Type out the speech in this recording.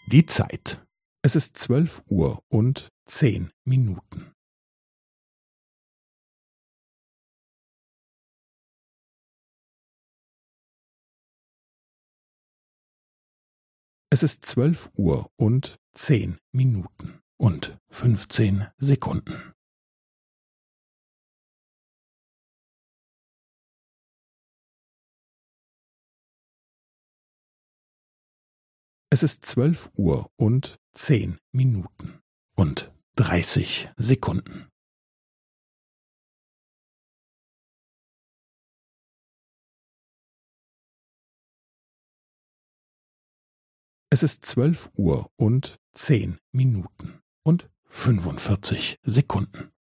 Die Zeit. Es ist 12:10 Uhr. Es ist 12:10 Uhr und 15 Sekunden. Es ist 12:10 Uhr und 30 Sekunden. Es ist 12:10 Uhr und 45 Sekunden.